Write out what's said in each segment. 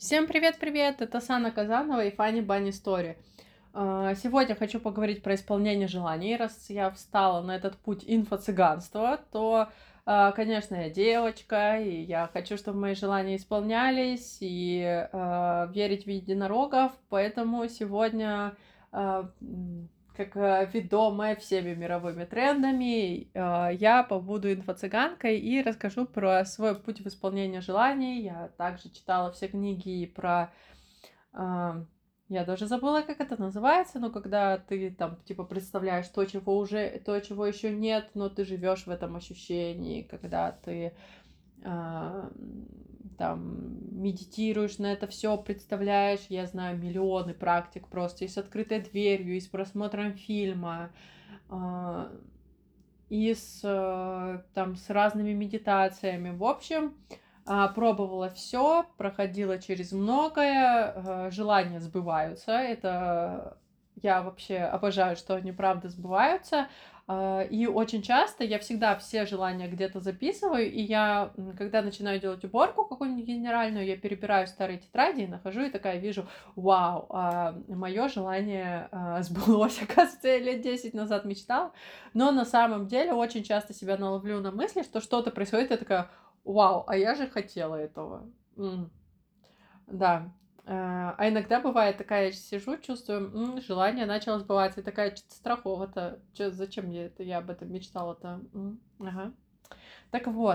Всем привет-привет! Это Сана Казанова и Фанни Bunny Story. Сегодня хочу поговорить про исполнение желаний. Раз я встала на этот путь инфо-цыганства, то, конечно, я девочка, и я хочу, чтобы мои желания исполнялись, и верить в единорогов. Поэтому сегодня, как ведомая всеми мировыми трендами, я побуду инфо-цыганкой и расскажу про свой путь в исполнении желаний. Я также читала все книги про... а, я даже забыла, как это называется, но когда ты там типа представляешь то, чего еще нет, но ты живешь в этом ощущении, когда ты там медитируешь на это все, представляешь. Я знаю миллионы практик просто и с открытой дверью, и с просмотром фильма, а, и с разными медитациями. В общем, пробовала все, проходила через многое, желания сбываются. Это я вообще обожаю, что они правда сбываются. И очень часто я всегда все желания где-то записываю, и я, когда начинаю делать уборку какую-нибудь генеральную, я перебираю старые тетради и нахожу, и такая вижу: вау, мое желание сбылось. Оказывается, я лет 10 назад мечтала, но на самом деле очень часто себя наловлю на мысли, что что-то происходит, и я такая: вау, а я же хотела этого. Да. А иногда бывает такая, я сижу, чувствую, желание начало сбываться, и такая: что-то страхово-то, зачем мне это, я об этом мечтала-то. Ага. Так вот,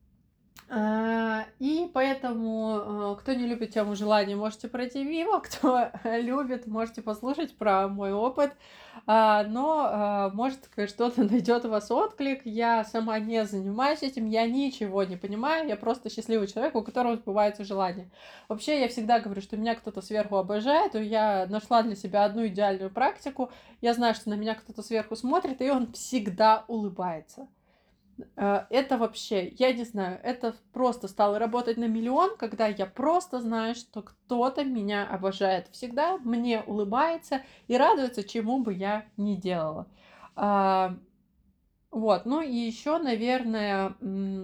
и поэтому, кто не любит тему желаний, можете пройти мимо, кто любит, можете послушать про мой опыт. Но, может, что-то найдет у вас отклик. Я сама не занимаюсь этим, я ничего не понимаю, я просто счастливый человек, у которого сбываются желания. Вообще, я всегда говорю, что меня кто-то сверху обожает, и я нашла для себя одну идеальную практику. Я знаю, что на меня кто-то сверху смотрит, и он всегда улыбается. Это вообще, я не знаю, это просто стало работать на миллион, когда я просто знаю, что кто-то меня обожает всегда, мне улыбается и радуется, чему бы я ни делала. А, вот, ну и еще, наверное,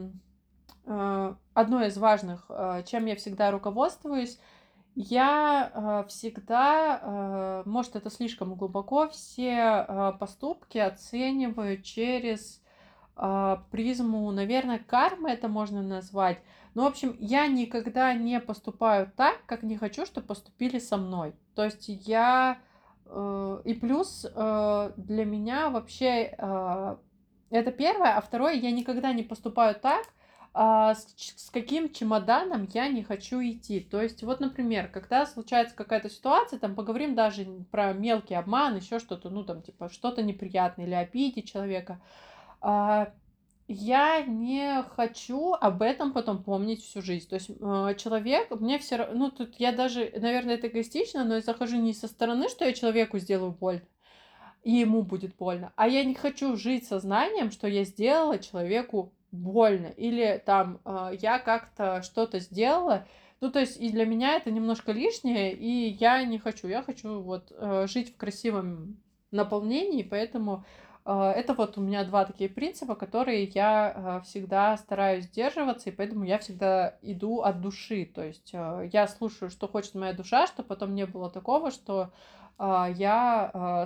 одно из важных, чем я всегда руководствуюсь, я всегда, может, это слишком глубоко, все поступки оцениваю через призму, наверное, кармы это можно назвать. Ну, в общем, я никогда не поступаю так, как не хочу, чтобы поступили со мной. То есть и плюс для меня вообще это первое, а второе, я никогда не поступаю так, с каким чемоданом я не хочу идти. То есть, вот, например, когда случается какая-то ситуация, там, поговорим даже про мелкий обман, еще что-то, ну, там, типа, что-то неприятное или обидеть человека, а, я не хочу об этом потом помнить всю жизнь. То есть, человек, мне все равно, ну, тут я даже, наверное, это эгоистично, но я захожу не со стороны, что я человеку сделаю боль, и ему будет больно, а я не хочу жить сознанием, что я сделала человеку больно, или там я как-то что-то сделала. Ну, то есть, и для меня это немножко лишнее, и я не хочу. Я хочу вот жить в красивом наполнении, поэтому это вот у меня два такие принципа, которые я всегда стараюсь сдерживаться, и поэтому я всегда иду от души. То есть я слушаю, что хочет моя душа, чтобы потом не было такого, что я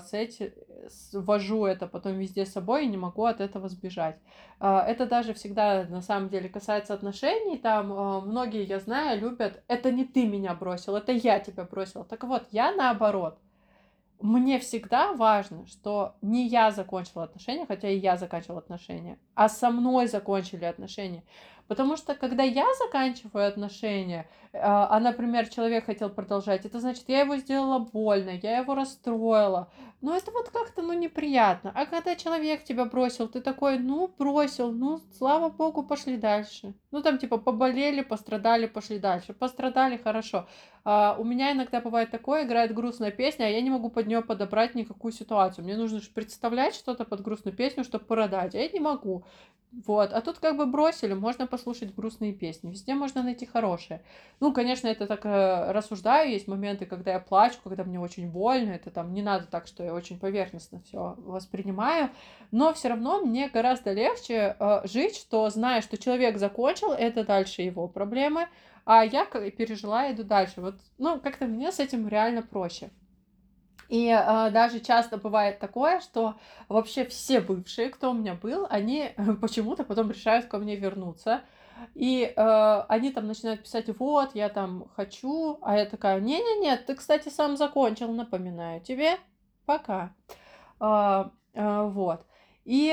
вожу это потом везде с собой и не могу от этого сбежать. Это даже всегда на самом деле касается отношений. Там многие, я знаю, любят: это не ты меня бросил, это я тебя бросила. Так вот, я наоборот. Мне всегда важно, что не я закончила отношения, хотя и я заканчивала отношения, а со мной закончили отношения. Потому что когда я заканчиваю отношения, например, человек хотел продолжать, это значит, я его сделала больно, я его расстроила. Но это вот как-то, ну, неприятно. А когда человек тебя бросил, ты такой: ну, бросил, ну, слава богу, пошли дальше. Ну, там, типа, поболели, пострадали, пошли дальше. Пострадали, хорошо. У меня иногда бывает такое: играет грустная песня, а я не могу под нее подобрать никакую ситуацию. Мне нужно же представлять что-то под грустную песню, чтобы порыдать, а я не могу. Вот. А тут как бы бросили, можно послушать грустные песни. Везде можно найти хорошее. Ну, конечно, это так рассуждаю. Есть моменты, когда я плачу, когда мне очень больно. Это там не надо так, что я очень поверхностно все воспринимаю. Но все равно мне гораздо легче жить, что зная, что человек закончил, это дальше его проблемы. а я пережила и иду дальше. Вот, ну, как-то мне с этим реально проще. И даже часто бывает такое, что вообще все бывшие, кто у меня был, они почему-то потом решают ко мне вернуться. И они там начинают писать, вот, я там хочу, а я такая, не-не-не, ты, кстати, сам закончил, напоминаю тебе, пока. Вот. И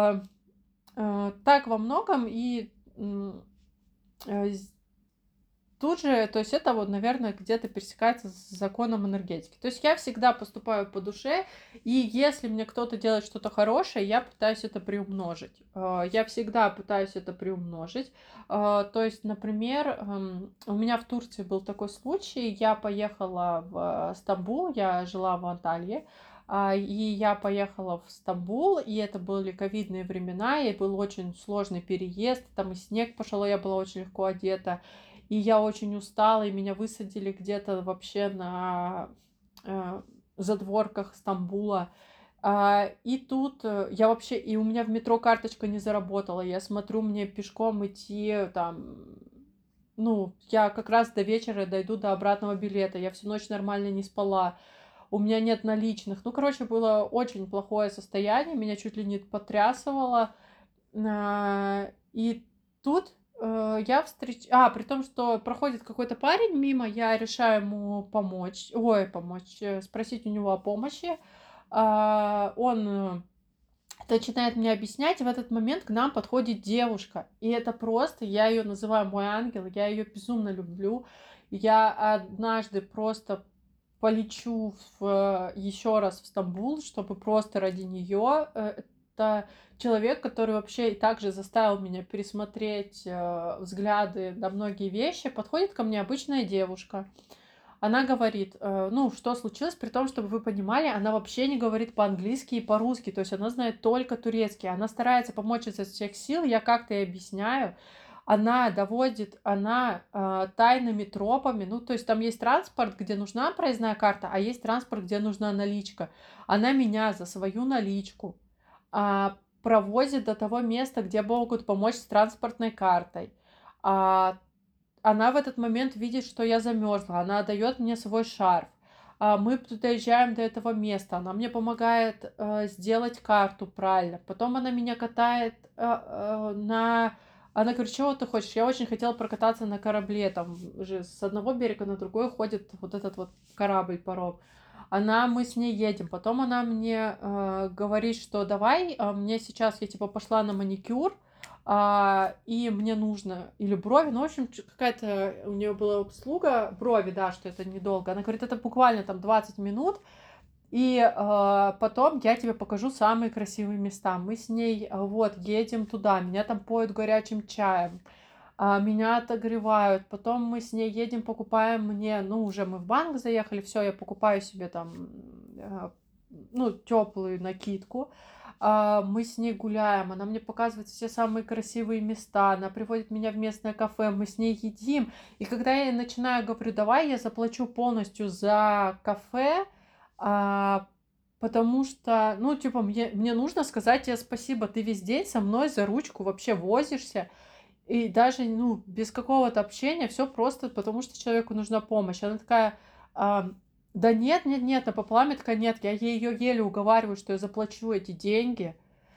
так во многом, и э, тут же, то есть это вот, наверное, где-то пересекается с законом энергетики. То есть я всегда поступаю по душе, и если мне кто-то делает что-то хорошее, я пытаюсь это приумножить. Я всегда пытаюсь это приумножить. То есть, например, у меня в Турции был такой случай. Я поехала в Стамбул, я жила в Анталии, и я поехала в Стамбул, и это были ковидные времена, и был очень сложный переезд, там и снег пошел, и я была очень легко одета. И я очень устала, и меня высадили где-то вообще на э, задворках Стамбула. И тут я вообще, и у меня в метро карточка не заработала. Я смотрю, мне пешком идти там, ну, я как раз до вечера дойду до обратного билета. Я всю ночь нормально не спала. У меня нет наличных. Ну, короче, было очень плохое состояние. Меня чуть ли не потрясывало. И тут я при том, что проходит какой-то парень мимо, я решаю ему спросить у него о помощи. Он начинает мне объяснять, и в этот момент к нам подходит девушка. И это просто, я ее называю мой ангел, я ее безумно люблю. Я однажды просто полечу еще раз в Стамбул, чтобы просто ради нее. Это человек, который вообще и также заставил меня пересмотреть взгляды на многие вещи. Подходит ко мне обычная девушка. Она говорит, ну, что случилось, при том, чтобы вы понимали, она вообще не говорит по-английски и по-русски, то есть она знает только турецкий. Она старается помочь изо всех сил, я как-то ей объясняю. Она доводит, она тайными тропами, ну, то есть там есть транспорт, где нужна проездная карта, а есть транспорт, где нужна наличка. Она меня за свою наличку провозит до того места, где могут помочь с транспортной картой. А, Она в этот момент видит, что я замерзла. Она дает мне свой шарф. Мы доезжаем до этого места. Она мне помогает сделать карту правильно. Потом она меня катает на... Она говорит, чего ты хочешь? Я очень хотела прокататься на корабле. Там же с одного берега на другой ходит вот этот вот корабль, паром. Мы с ней едем. Потом она мне говорит, что давай, мне сейчас, я типа пошла на маникюр, и мне нужно или брови, ну, в общем, какая-то у нее была услуга, брови, да, что это недолго. Она говорит, это буквально там 20 минут, и потом я тебе покажу самые красивые места. Мы с ней вот едем туда, меня там поют горячим чаем, меня отогревают, потом мы с ней едем, покупаем мне, ну, уже мы в банк заехали, все, я покупаю себе там, ну, теплую накидку. Мы с ней гуляем, она мне показывает все самые красивые места, она приводит меня в местное кафе, мы с ней едим. И когда я начинаю, говорю, давай я заплачу полностью за кафе, потому что, ну, типа, мне нужно сказать тебе спасибо, ты весь день со мной за ручку вообще возишься, и даже, ну, без какого-то общения, все просто потому, что человеку нужна помощь. Она такая, да нет, нет, нет, напополам я такая, нет, я ее еле уговариваю, что я заплачу эти деньги.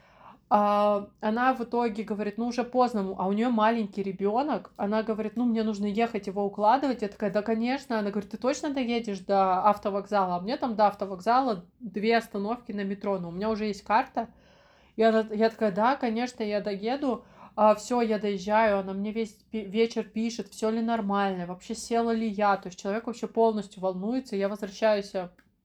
Она в итоге говорит, ну, уже поздно, а у нее маленький ребенок. Она говорит, ну, мне нужно ехать его укладывать. Я такая, да, конечно. Она говорит, ты точно доедешь до автовокзала? А мне там до автовокзала 2 остановки на метро, но у меня уже есть карта. Я такая, да, конечно, я доеду. Все, я доезжаю, она мне весь вечер пишет, все ли нормально, вообще села ли я. То есть человек вообще полностью волнуется. Я возвращаюсь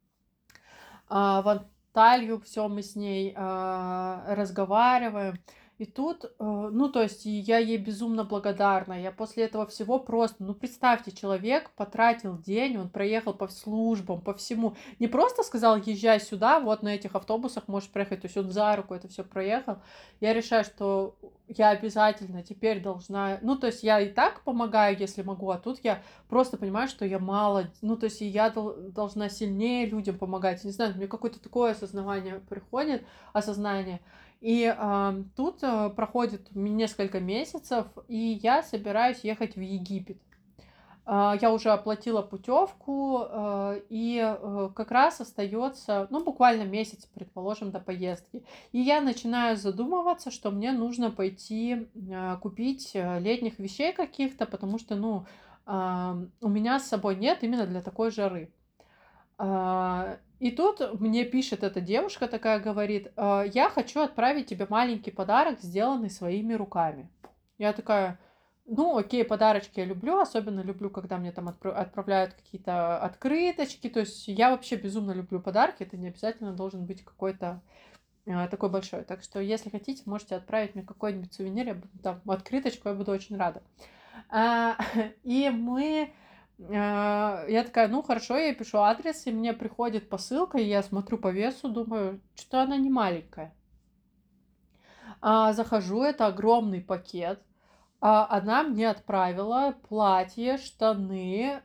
в Анталью, все, мы с ней разговариваем. И тут, ну, то есть я ей безумно благодарна. Я после этого всего просто, ну, представьте, человек потратил день, он проехал по службам, по всему. Не просто сказал, езжай сюда, вот на этих автобусах можешь проехать, то есть он за руку это все проехал. Я решаю, что я обязательно теперь должна, ну, то есть я и так помогаю, если могу, а тут я просто понимаю, что я мало, ну, то есть я должна сильнее людям помогать. Не знаю, мне какое-то такое осознавание приходит, осознание. И тут проходит несколько месяцев, и я собираюсь ехать в Египет. Я уже оплатила путевку, и, как раз остается, ну, буквально месяц, предположим, до поездки. И я начинаю задумываться, что мне нужно пойти, купить, летних вещей каких-то, потому что, ну, у меня с собой нет именно для такой жары. И тут мне пишет эта девушка такая, говорит: "Я хочу отправить тебе маленький подарок, сделанный своими руками". Я такая: "Ну, окей, подарочки я люблю, особенно люблю, когда мне там отправляют какие-то открыточки". То есть я вообще безумно люблю подарки, это не обязательно должен быть какой-то, такой большой. Так что, если хотите, можете отправить мне какой-нибудь сувенир, я буду там открыточку, я буду очень рада. А, и я такая: "Ну, хорошо". Я ей пишу адрес, и мне приходит посылка, и я смотрю по весу, думаю: что то она не маленькая. Захожу, это огромный пакет. Она мне отправила платье, штаны,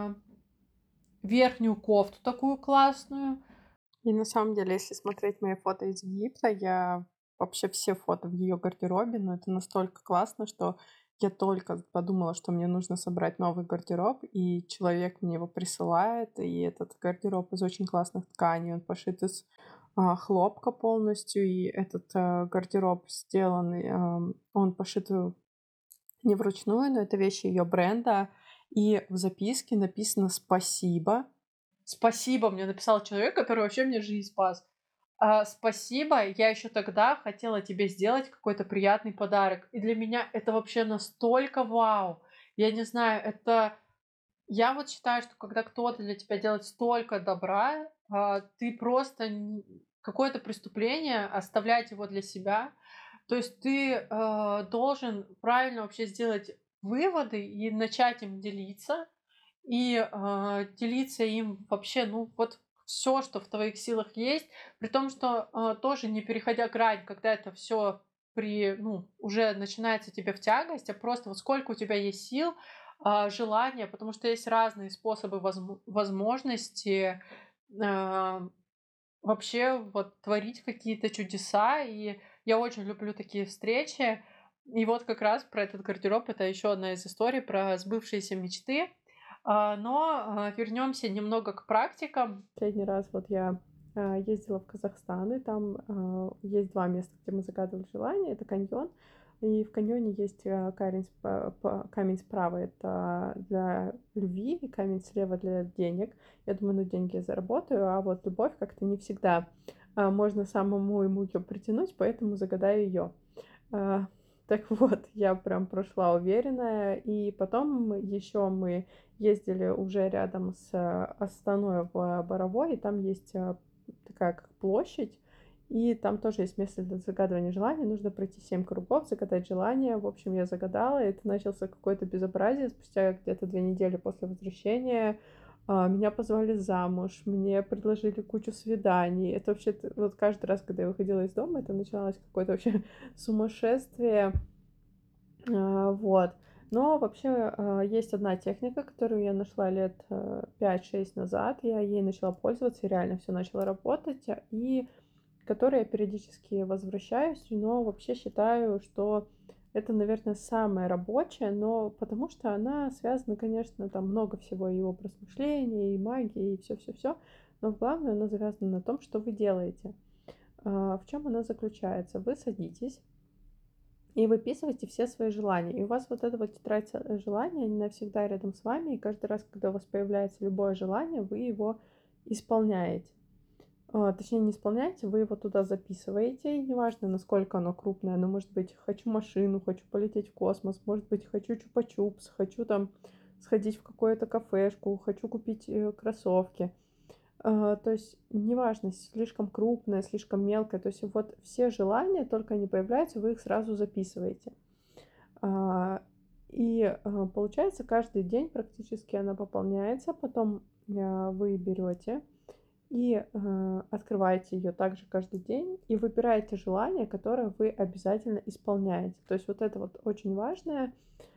верхнюю кофту такую классную. И на самом деле, если смотреть мои фото из Египта, я вообще все фото в ее гардеробе, но это настолько классно, что я только подумала, что мне нужно собрать новый гардероб, и человек мне его присылает, и этот гардероб из очень классных тканей, он пошит из хлопка полностью, и этот гардероб сделанный, он пошит не вручную, но это вещи ее бренда, и в записке написано "спасибо". Спасибо, мне написал человек, который вообще мне жизнь спас. Спасибо, я еще тогда хотела тебе сделать какой-то приятный подарок. И для меня это вообще настолько вау. Я не знаю, это... Я вот считаю, что когда кто-то для тебя делает столько добра, ты просто какое-то преступление оставлять его для себя. То есть ты должен правильно вообще сделать выводы и начать им делиться, и, делиться им вообще, ну, вот все, что в твоих силах есть. При том, что, тоже не переходя грань, когда это все ну, уже начинается тебе в тягость, а просто вот сколько у тебя есть сил, желания, потому что есть разные способы, возможности, а, вообще вот творить какие-то чудеса. И я очень люблю такие встречи. И вот как раз про этот гардероб — это еще одна из историй про сбывшиеся мечты. Но вернемся немного к практикам. Последний раз вот я ездила в Казахстан, и там есть два места, где мы загадывали желание. Это каньон, и в каньоне есть камень справа — это для любви, и камень слева для денег. Я думаю, ну, деньги я заработаю, а вот любовь как-то не всегда можно самому ему ее притянуть, поэтому загадаю ее. А, так вот, я прям прошла уверенная. И потом еще мы ездили уже рядом с Астаной в Боровой, и там есть такая как площадь, и там тоже есть место для загадывания желаний. Нужно пройти 7 кругов, загадать желание. В общем, я загадала, и это начался какое-то безобразие. Спустя где-то 2 недели после возвращения меня позвали замуж, мне предложили кучу свиданий. Это вообще, вот каждый раз, когда я выходила из дома, это начиналось какое-то вообще сумасшествие. Вот. Но вообще есть одна техника, которую я нашла лет 5-6 назад. Я ей начала пользоваться, и реально все начало работать. И к которой я периодически возвращаюсь, но вообще считаю, что это, наверное, самая рабочая, но потому что она связана, конечно, там много всего, и образ мышления, и магии, и все-все-все, но главное, она завязана на том, что вы делаете. В чем она заключается? Вы садитесь и выписываете все свои желания. И у вас вот эта вот тетрадь желаний, они навсегда рядом с вами, и каждый раз, когда у вас появляется любое желание, вы его исполняете. Точнее, не исполняете, вы его туда записываете, и неважно, насколько оно крупное, оно может быть: хочу машину, хочу полететь в космос, может быть, хочу чупа-чупс, хочу там сходить в какую-то кафешку, хочу купить кроссовки. То есть неважно, слишком крупное, слишком мелкое, то есть вот все желания, только они появляются, вы их сразу записываете. А, Получается, каждый день практически она пополняется, потом вы берете и открываете ее также каждый день и выбираете желание, которое вы обязательно исполняете. То есть вот это вот очень важное.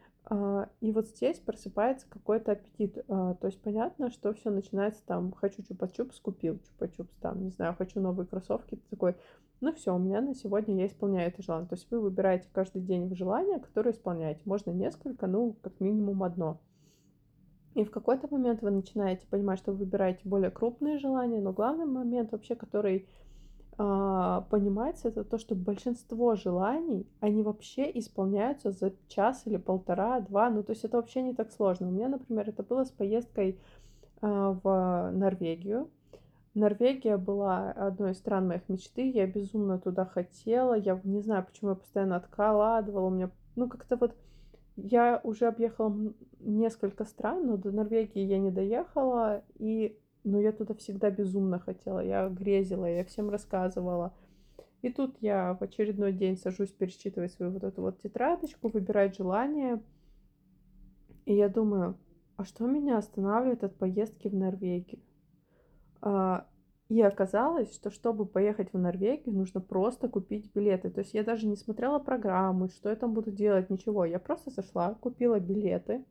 И вот здесь просыпается какой-то аппетит. То есть понятно, что все начинается там: хочу чупа-чупс, купил чупа-чупс, там, не знаю, хочу новые кроссовки, ты такой: ну все, у меня на сегодня я исполняю это желание. То есть вы выбираете каждый день желание, которое исполняете. Можно несколько, ну, как минимум одно. И в какой-то момент вы начинаете понимать, что вы выбираете более крупные желания, но главный момент вообще, который понимается, это то, что большинство желаний, они вообще исполняются за час или полтора-два. Ну, то есть это вообще не так сложно. У меня, например, это было с поездкой в Норвегию. Норвегия была одной из стран моих мечты. Я безумно туда хотела. Я не знаю, почему я постоянно откладывала. У меня, ну, как-то вот я уже объехала несколько стран, но до Норвегии я не доехала. Но я туда всегда безумно хотела. Я грезила, я всем рассказывала. И тут я в очередной день сажусь пересчитывать свою вот эту вот тетрадочку, выбирать желание. И я думаю, а что меня останавливает от поездки в Норвегию? А, И оказалось, что чтобы поехать в Норвегию, нужно просто купить билеты. То есть я даже не смотрела программы, что я там буду делать, ничего. Я просто зашла, купила билеты.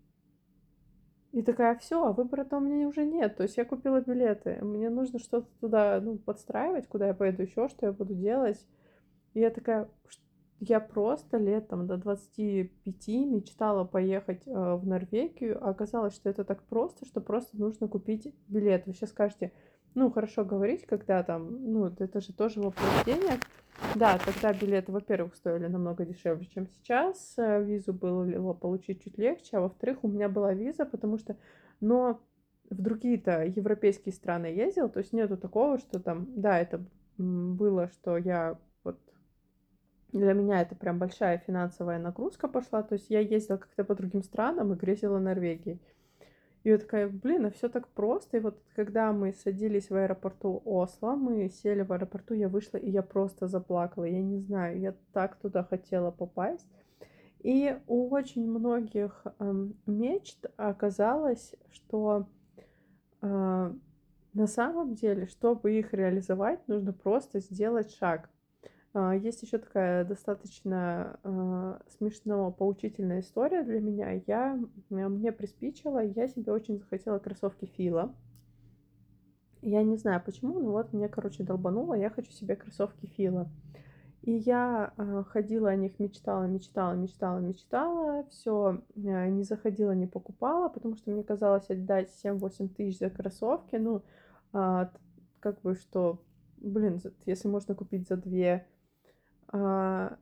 И такая, все, а выбора-то у меня уже нет. То есть я купила билеты. Мне нужно что-то туда, ну, подстраивать, куда я поеду еще, что я буду делать. И я такая, я просто летом до 25 мечтала поехать в Норвегию, а оказалось, что это так просто, что просто нужно купить билет. Вы сейчас скажете, ну, хорошо говорить, когда там, ну, это же тоже вопрос денег. Да, тогда билеты, во-первых, стоили намного дешевле, чем сейчас. Визу было получить чуть легче, а во-вторых, у меня была виза, потому что, но в другие-то европейские страны ездил, то есть нету такого, что там, да, это было, что я вот для меня это прям большая финансовая нагрузка пошла. То есть я ездила как-то по другим странам и грезила Норвегией. И я такая, блин, а все так просто. И вот когда мы садились в аэропорту Осло, мы сели в аэропорту, я вышла, и я просто заплакала. Я не знаю, я так туда хотела попасть. И у очень многих мечт оказалось, что э, на самом деле, чтобы их реализовать, нужно просто сделать шаг. Есть еще такая достаточно смешно поучительная история для меня. Мне приспичило, я себе очень захотела кроссовки Фила. Я не знаю почему, но вот мне, короче, долбануло, я хочу себе кроссовки Фила. И я ходила о них, мечтала, мечтала, мечтала, мечтала. Все, не заходила, не покупала, потому что мне казалось отдать 7-8 тысяч за кроссовки. Ну, а, как бы что, блин, если можно купить за 2. А,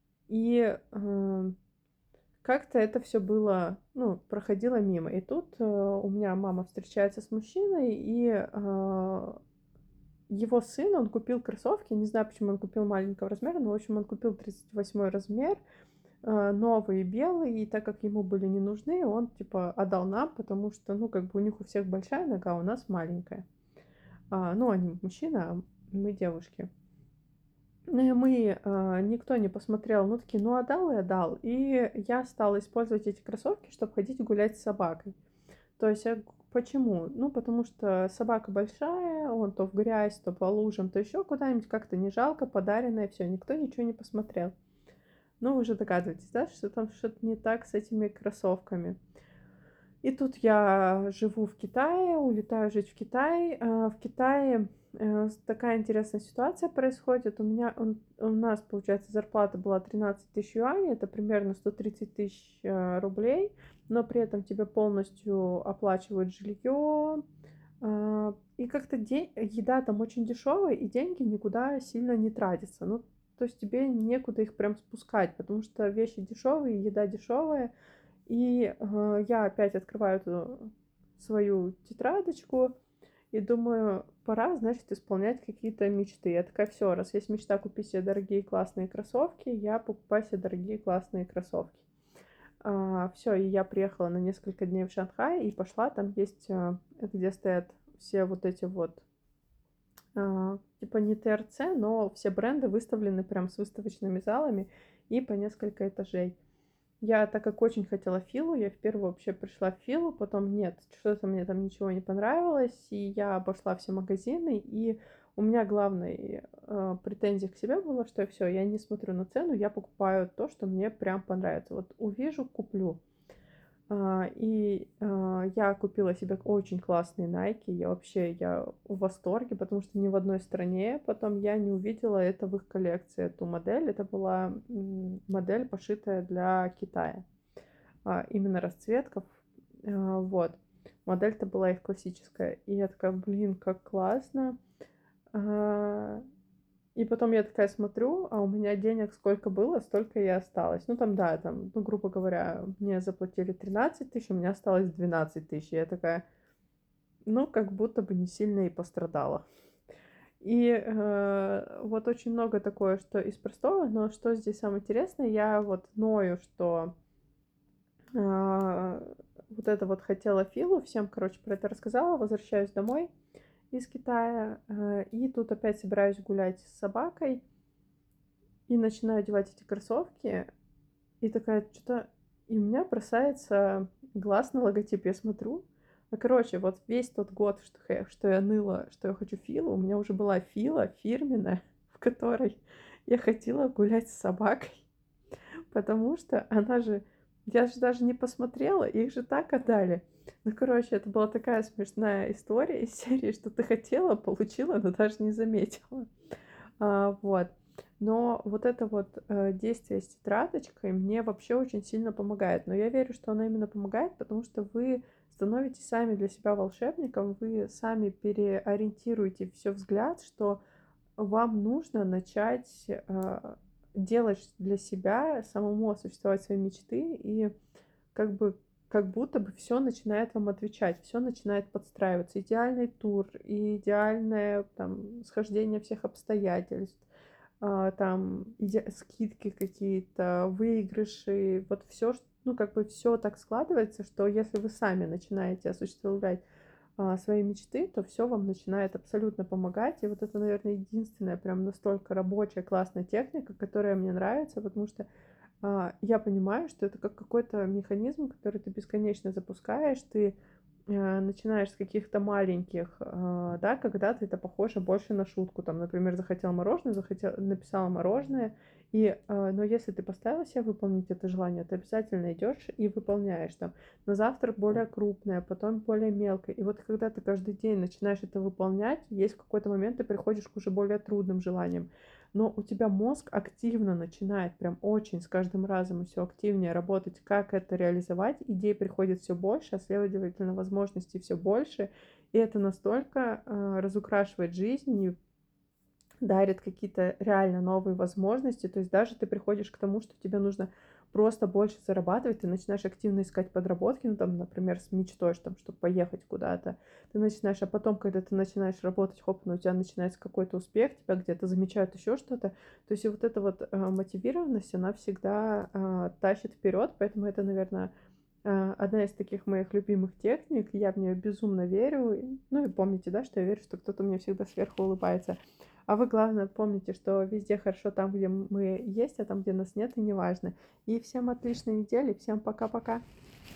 и как-то это все было, ну, проходило мимо. И тут у меня мама встречается с мужчиной, и его сын, он купил кроссовки, не знаю, почему он купил маленького размера, но, в общем, он купил 38 размер, новые белые, и так как ему были не нужны, он, типа, отдал нам, потому что, ну, как бы у них у всех большая нога, а у нас маленькая. Ну, они мужчина, а мы девушки. Ну и никто не посмотрел, ну такие, ну отдал и отдал. И я стала использовать эти кроссовки, чтобы ходить гулять с собакой. То есть почему? Ну, потому что собака большая, он то в грязь, то по лужам, то еще куда-нибудь как-то не жалко, подаренное, все, никто ничего не посмотрел. Ну, вы же догадываетесь, да, что там что-то не так с этими кроссовками. И тут я живу в Китае, улетаю жить в Китай. В Китае такая интересная ситуация происходит. У нас, получается, зарплата была 13 тысяч юаней, это примерно 130 тысяч рублей, но при этом тебе полностью оплачивают жилье. И как-то еда там очень дешевая, и деньги никуда сильно не тратятся. Ну, то есть тебе некуда их прям спускать, потому что вещи дешевые, еда дешевая. И я опять открываю эту свою тетрадочку и думаю, пора, значит, исполнять какие-то мечты. Я такая, все, раз есть мечта купить себе дорогие классные кроссовки, я покупаю себе дорогие классные кроссовки. Все, и я приехала на несколько дней в Шанхай и пошла, там есть, где стоят все вот эти вот, типа не ТРЦ, но все бренды выставлены прям с выставочными залами и по несколько этажей. Я, так как очень хотела Филу, я в первую вообще пришла в Филу, потом нет, что-то мне там ничего не понравилось, и я обошла все магазины, и у меня главной претензия к себе была, что все, я не смотрю на цену, я покупаю то, что мне прям понравится. Вот увижу, куплю. Я купила себе очень классные Nike. Я в восторге, потому что ни в одной стране потом я не увидела это в их коллекции, эту модель. Это была модель, пошитая для Китая. Именно расцветка. Вот. Модель-то была их классическая. И я такая: "Блин, как классно". А, и потом я такая смотрю, а у меня денег сколько было, столько и осталось. Ну, там, да, там, ну, грубо говоря, мне заплатили 13 000, у меня осталось 12 000. Я такая: "Ну, как будто бы не сильно и пострадала". И, вот очень много такое, что из простого, но что здесь самое интересное, я вот ною, что, а, вот это вот хотела Филу, всем, короче, про это рассказала, возвращаюсь домой из Китая, и тут опять собираюсь гулять с собакой и начинаю одевать эти кроссовки, и такая что-то, и у меня бросается глаз на логотип. Я смотрю, короче, вот весь тот год, что я ныла, что я хочу Филу, у меня уже была Фила фирменная, в которой я ходила гулять с собакой, потому что она же, я же даже не посмотрела, их же так отдали. Ну, короче, это была такая смешная история из серии, что ты хотела, получила, но даже не заметила. Вот. Но вот это вот, действие с тетрадочкой мне вообще очень сильно помогает. Но я верю, что оно именно помогает, потому что вы становитесь сами для себя волшебником, вы сами переориентируете все взгляд, что вам нужно начать, делать для себя, самому осуществлять свои мечты, и как бы как будто бы все начинает вам отвечать, все начинает подстраиваться. Идеальный тур, и идеальное там схождение всех обстоятельств, там скидки какие-то, выигрыши, вот все, ну, как бы все так складывается, что если вы сами начинаете осуществлять, свои мечты, то все вам начинает абсолютно помогать. И вот это, наверное, единственная прям настолько рабочая, классная техника, которая мне нравится, потому что я понимаю, что это как какой-то механизм, который ты бесконечно запускаешь. Ты, начинаешь с каких-то маленьких, да, когда-то это похоже больше на шутку. Там, например, захотел мороженое, написала мороженое, и, но если ты поставила себе выполнить это желание, ты обязательно идешь и выполняешь там. На завтрак более крупное, потом более мелкое. И вот когда ты каждый день начинаешь это выполнять, есть в какой-то момент ты приходишь к уже более трудным желаниям. Но у тебя мозг активно начинает, прям очень с каждым разом все активнее работать, как это реализовать. Идей приходит все больше, а следовательно, возможностей все больше. И это настолько, разукрашивает жизнь и дарит какие-то реально новые возможности. То есть даже ты приходишь к тому, что тебе нужно просто больше зарабатывать, ты начинаешь активно искать подработки, ну, там, например, с мечтой, там, чтобы поехать куда-то. Ты начинаешь, а потом, когда ты начинаешь работать, хоп, ну, у тебя начинается какой-то успех, тебя где-то замечают еще что-то. То есть и вот эта вот, мотивированность, она всегда, тащит вперед, поэтому это, наверное, одна из таких моих любимых техник. Я в нее безумно верю. Ну и помните, да, что я верю, что кто-то мне всегда сверху улыбается. А вы, главное, помните, что везде хорошо там, где мы есть, а там, где нас нет, и неважно. И всем отличной недели, всем пока-пока.